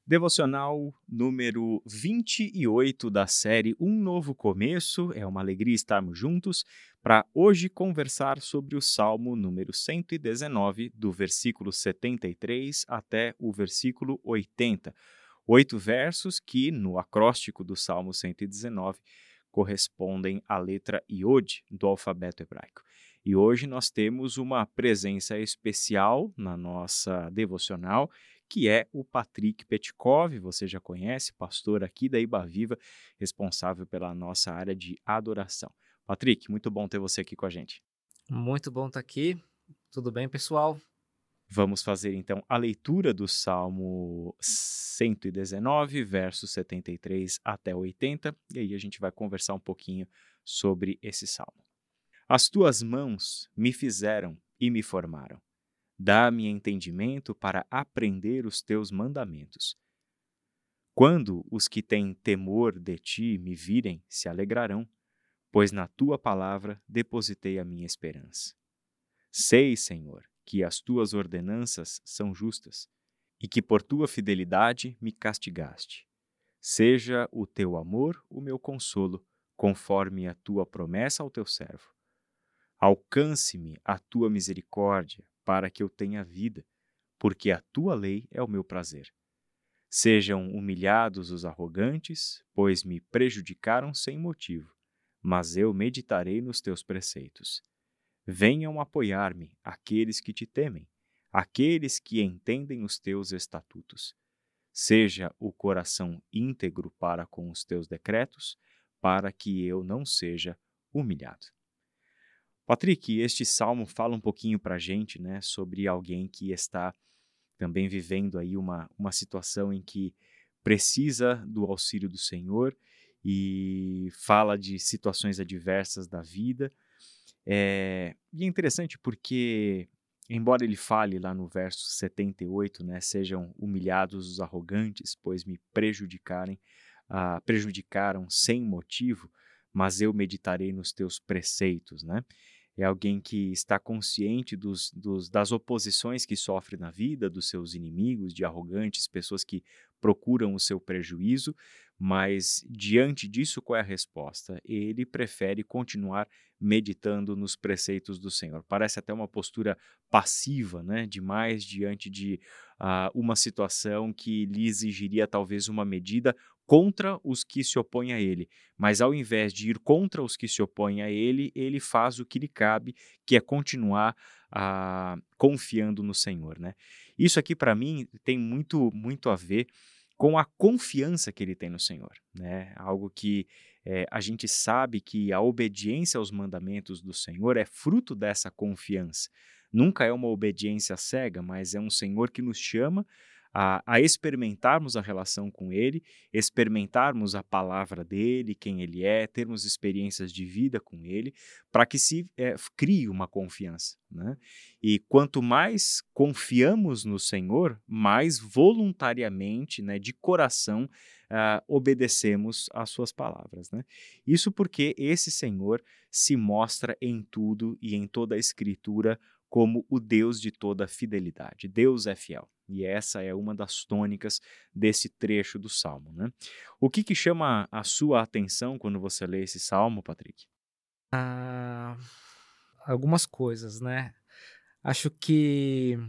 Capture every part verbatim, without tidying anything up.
Devocional número vinte e oito da série Um Novo Começo. É uma alegria estarmos juntos para hoje conversar sobre o Salmo número cento e dezenove, do versículo setenta e três até o versículo oitenta. Oito versos que, no acróstico do Salmo cento e dezenove, correspondem à letra Iod do alfabeto hebraico. E hoje nós temos uma presença especial na nossa devocional, que é o Patrick Petkov. Você já conhece, pastor aqui da Iba Viva, responsável pela nossa área de adoração. Patrick, muito bom ter você aqui com a gente. Muito bom estar aqui. Tudo bem, pessoal? Vamos fazer então a leitura do Salmo cento e dezenove, versos setenta e três até oitenta, e aí a gente vai conversar um pouquinho sobre esse salmo. As tuas mãos me fizeram e me formaram. Dá-me entendimento para aprender os teus mandamentos. Quando os que têm temor de ti me virem, se alegrarão, pois na tua palavra depositei a minha esperança. Sei, Senhor, que as tuas ordenanças são justas e que por tua fidelidade me castigaste. Seja o teu amor o meu consolo, conforme a tua promessa ao teu servo. Alcance-me a tua misericórdia, para que eu tenha vida, porque a tua lei é o meu prazer. Sejam humilhados os arrogantes, pois me prejudicaram sem motivo, mas eu meditarei nos teus preceitos. Venham apoiar-me aqueles que te temem, aqueles que entendem os teus estatutos. Seja o coração íntegro para com os teus decretos, para que eu não seja humilhado. Patrick, este salmo fala um pouquinho para a gente, né, sobre alguém que está também vivendo aí uma, uma situação em que precisa do auxílio do Senhor e fala de situações adversas da vida. É, e é interessante porque, embora ele fale lá no verso setenta e oito, né, sejam humilhados os arrogantes, pois me prejudicarem, ah, prejudicaram sem motivo, mas eu meditarei nos teus preceitos, né? É alguém que está consciente dos, dos, das oposições que sofre na vida, dos seus inimigos, de arrogantes, pessoas que procuram o seu prejuízo, mas diante disso, qual é a resposta? Ele prefere continuar meditando nos preceitos do Senhor. Parece até uma postura passiva, né, demais diante de ah, uma situação que lhe exigiria talvez uma medida contra os que se opõem a ele. Mas ao invés de ir contra os que se opõem a ele, ele faz o que lhe cabe, que é continuar ah, confiando no Senhor, né? Isso aqui para mim tem muito muito a ver com a confiança que ele tem no Senhor, né? Algo que eh, a gente sabe que a obediência aos mandamentos do Senhor é fruto dessa confiança. Nunca é uma obediência cega, mas é um Senhor que nos chama a, a experimentarmos a relação com Ele, experimentarmos a palavra dEle, quem Ele é, termos experiências de vida com Ele, para que se eh, crie uma confiança, né? E quanto mais confiamos no Senhor, mais voluntariamente, né, de coração, ah, obedecemos às suas palavras, né? Isso porque esse Senhor se mostra em tudo e em toda a Escritura como o Deus de toda fidelidade. Deus é fiel. E essa é uma das tônicas desse trecho do Salmo, né? O que que chama a sua atenção quando você lê esse Salmo, Patrick? Ah, algumas coisas, né? Acho que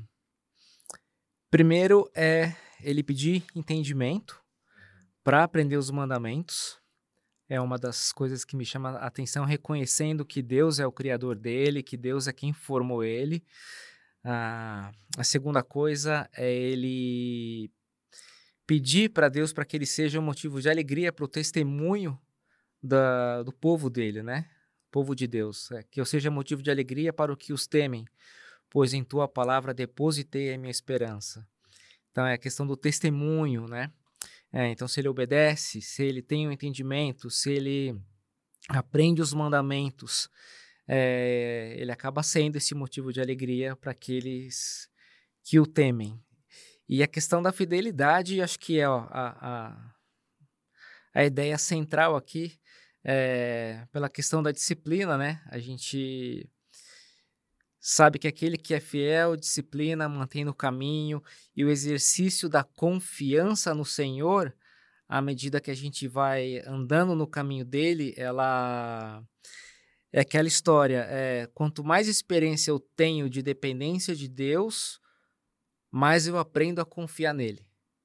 primeiro é ele pedir entendimento para aprender os mandamentos. É uma das coisas que me chama a atenção, reconhecendo que Deus é o criador dele, que Deus é quem formou ele. Ah, a segunda coisa é ele pedir para Deus para que ele seja um motivo de alegria para o testemunho da do povo dele, né, povo de Deus, eh, que eu seja motivo de alegria para o que os temem, pois em tua palavra depositei a minha esperança. Então é a questão do testemunho, né. Eh, então se ele obedece, se ele tem o entendimento, se ele aprende os mandamentos, eh, ele acaba sendo esse motivo de alegria para aqueles que o temem. E a questão da fidelidade, acho que é ó, a a a ideia central aqui, eh, pela questão da disciplina, né, a gente sabe que aquele que é fiel, disciplina, mantém no caminho, e o exercício da confiança no Senhor, à medida que a gente vai andando no caminho dele, ela é aquela história, é, quanto mais experiência eu tenho de dependência de Deus, mais eu aprendo a confiar nele.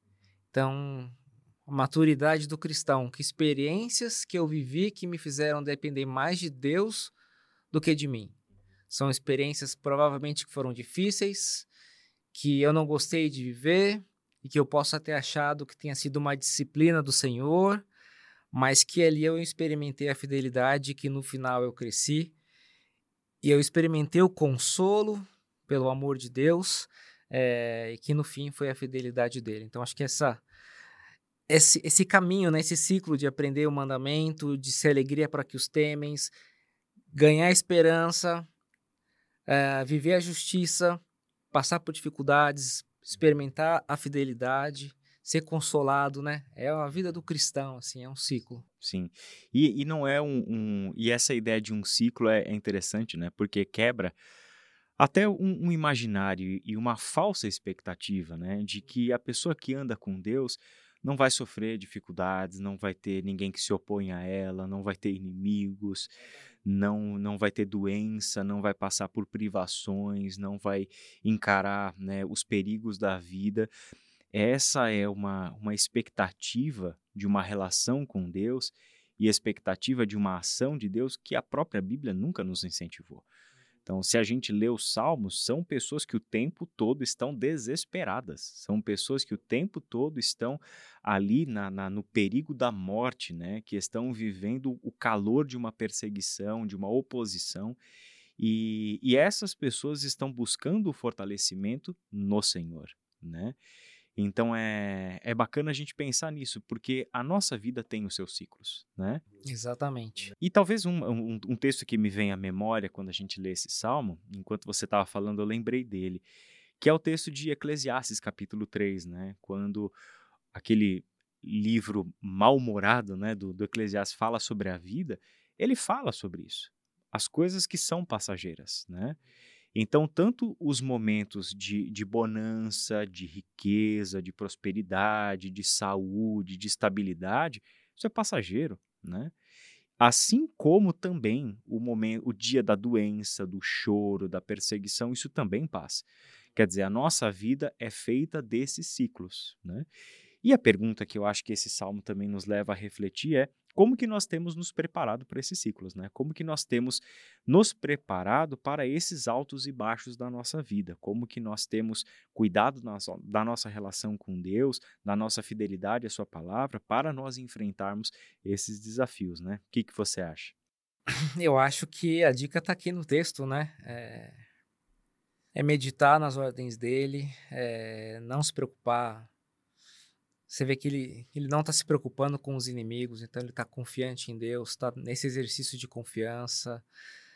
Então, a maturidade do cristão, que experiências que eu vivi que me fizeram depender mais de Deus do que de mim. São experiências provavelmente que foram difíceis, que eu não gostei de viver e que eu posso ter achado que tenha sido uma disciplina do Senhor, mas que ali eu experimentei a fidelidade, que no final eu cresci e eu experimentei o consolo pelo amor de Deus, é, e que no fim foi a fidelidade dele. Então acho que essa esse, esse caminho, né, esse ciclo de aprender o mandamento, de ser alegria para que os temem, ganhar esperança, é, viver a justiça, passar por dificuldades, experimentar a fidelidade, ser consolado, né? É a vida do cristão, assim, é um ciclo. Sim. E, e não é um, um- E essa ideia de um ciclo é, é interessante, né? Porque quebra até um, um imaginário e uma falsa expectativa, né? De que a pessoa que anda com Deus não vai sofrer dificuldades, não vai ter ninguém que se oponha a ela, não vai ter inimigos, não, não vai ter doença, não vai passar por privações, não vai encarar, né, os perigos da vida. Essa é uma, uma expectativa de uma relação com Deus e expectativa de uma ação de Deus que a própria Bíblia nunca nos incentivou. Então, se a gente lê os Salmos, são pessoas que o tempo todo estão desesperadas, são pessoas que o tempo todo estão ali na, na- no perigo da morte, né? Que estão vivendo o calor de uma perseguição, de uma oposição, e, e essas pessoas estão buscando o fortalecimento no Senhor, né? Então é, é bacana a gente pensar nisso, porque a nossa vida tem os seus ciclos, né? Exatamente. E talvez um, um, um texto que me vem à memória quando a gente lê esse salmo, enquanto você estava falando, eu lembrei dele, que é o texto de Eclesiastes, capítulo três, né? Quando aquele livro mal-humorado, né, do, do Eclesiastes fala sobre a vida, ele fala sobre isso. As coisas que são passageiras, né? Então, tanto os momentos de, de bonança, de riqueza, de prosperidade, de saúde, de estabilidade, isso é passageiro, né? Assim como também o momento, o dia da doença, do choro, da perseguição, isso também passa. Quer dizer, a nossa vida é feita desses ciclos, né? E a pergunta que eu acho que esse salmo também nos leva a refletir é como que nós temos nos preparado para esses ciclos, né? Como que nós temos nos preparado para esses altos e baixos da nossa vida? Como que nós temos cuidado da nossa, da nossa relação com Deus, da nossa fidelidade à sua palavra, para nós enfrentarmos esses desafios, né? O que que você acha? Eu acho que a dica está aqui no texto, né? É, é meditar nas ordens dele, é não se preocupar. Você vê que ele, ele não está se preocupando com os inimigos, então ele está confiante em Deus, está nesse exercício de confiança.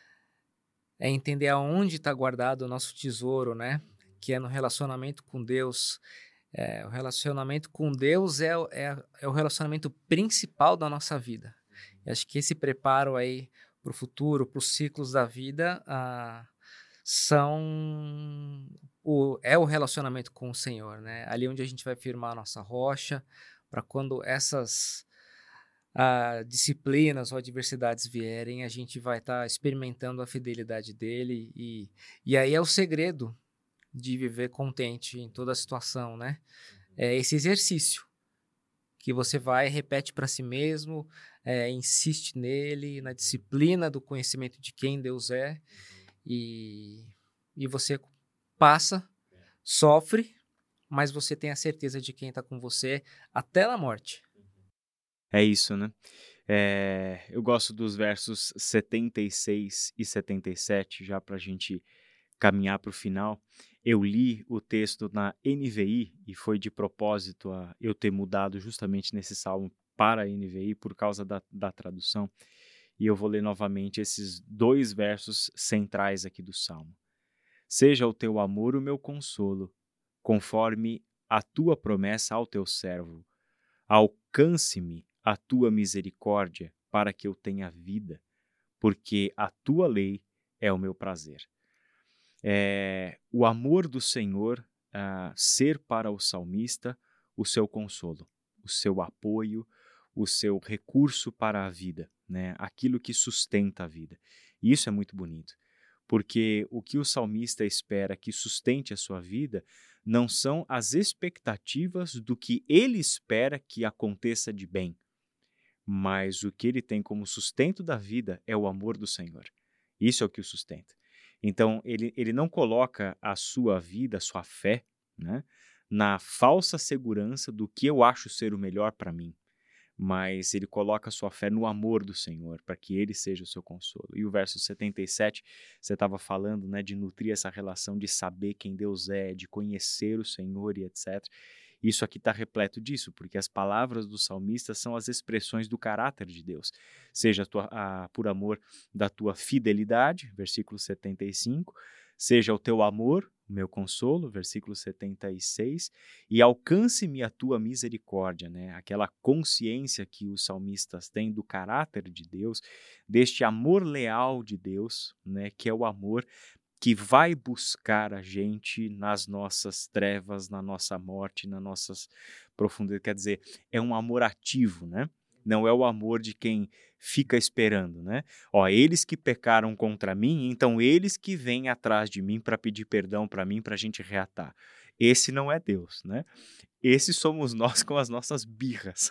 É entender aonde está guardado o nosso tesouro, né? Que é no relacionamento com Deus. É, o relacionamento com Deus é, o- é, é o relacionamento principal da nossa vida. E acho que esse preparo aí para o futuro, para os ciclos da vida, ah, são o, é o relacionamento com o Senhor, né? Ali onde a gente vai firmar a nossa rocha, para quando essas ah, disciplinas ou adversidades vierem, a gente vai estar experimentando a fidelidade dele, e, e aí é o segredo de viver contente em toda a situação, né? É esse exercício que você vai, repete para si mesmo, é, insiste nele, na disciplina do conhecimento de quem Deus é, e, e você passa, sofre, mas você tem a certeza de quem está com você até na morte. É isso, né? É, eu gosto dos versos setenta e seis e setenta e sete, já para a gente caminhar para o final. Eu li o texto na N V I e foi de propósito a eu ter mudado justamente nesse salmo para a N V I por causa da, da tradução. E eu vou ler novamente esses dois versos centrais aqui do salmo. Seja o teu amor o meu consolo, conforme a tua promessa ao teu servo. Alcance-me a tua misericórdia para que eu tenha vida, porque a tua lei é o meu prazer. é, o amor do Senhor ah, ser para o salmista o seu consolo, o seu apoio, o seu recurso para a vida, né? Aquilo que sustenta a vida. E isso é muito bonito, porque o que o salmista espera que sustente a sua vida não são as expectativas do que ele espera que aconteça de bem, mas o que ele tem como sustento da vida é o amor do Senhor. Isso é o que o sustenta. Então, ele, ele não coloca a sua vida, a sua fé, né, na falsa segurança do que eu acho ser o melhor para mim, mas ele coloca a sua fé no amor do Senhor, para que ele seja o seu consolo. E o verso setenta e sete, você estava falando, né, de nutrir essa relação de saber quem Deus é, de conhecer o Senhor e etcétera. Isso aqui está repleto disso, porque as palavras do salmista são as expressões do caráter de Deus, seja a tua, a, por amor da tua fidelidade, versículo setenta e cinco, seja o teu amor, o meu consolo, versículo setenta e seis, e alcance-me a tua misericórdia, né? Aquela consciência que os salmistas têm do caráter de Deus, deste amor leal de Deus, né? Que é o amor que vai buscar a gente nas nossas trevas, na nossa morte, nas nossas profundezas. Quer dizer, é um amor ativo, né? Não é o amor de quem fica esperando, né? Ó, eles que pecaram contra mim, então eles que vêm atrás de mim para pedir perdão para mim, para a gente reatar. Esse não é Deus, né? Esse somos nós com as nossas birras.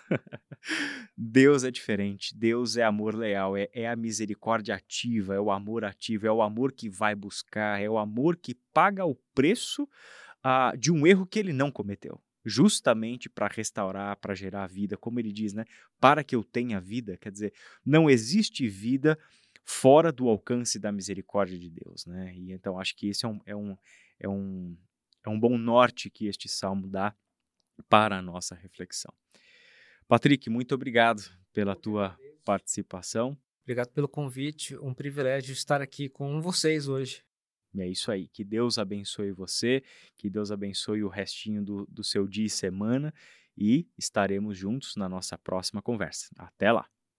Deus é diferente, Deus é amor leal, é, é a misericórdia ativa, é o amor ativo, é o amor que vai buscar, é o amor que paga o preço ah, de um erro que ele não cometeu, justamente para restaurar, para gerar vida, como ele diz, né? Para que eu tenha vida, quer dizer, não existe vida fora do alcance da misericórdia de Deus, né? E então acho que esse é um, é um, é um, é um bom norte que este salmo dá para a nossa reflexão. Patrick, muito obrigado pela tua participação. Obrigado pelo convite, um privilégio estar aqui com vocês hoje. É isso aí, que Deus abençoe você, que Deus abençoe o restinho do, do seu dia e semana e estaremos juntos na nossa próxima conversa. Até lá!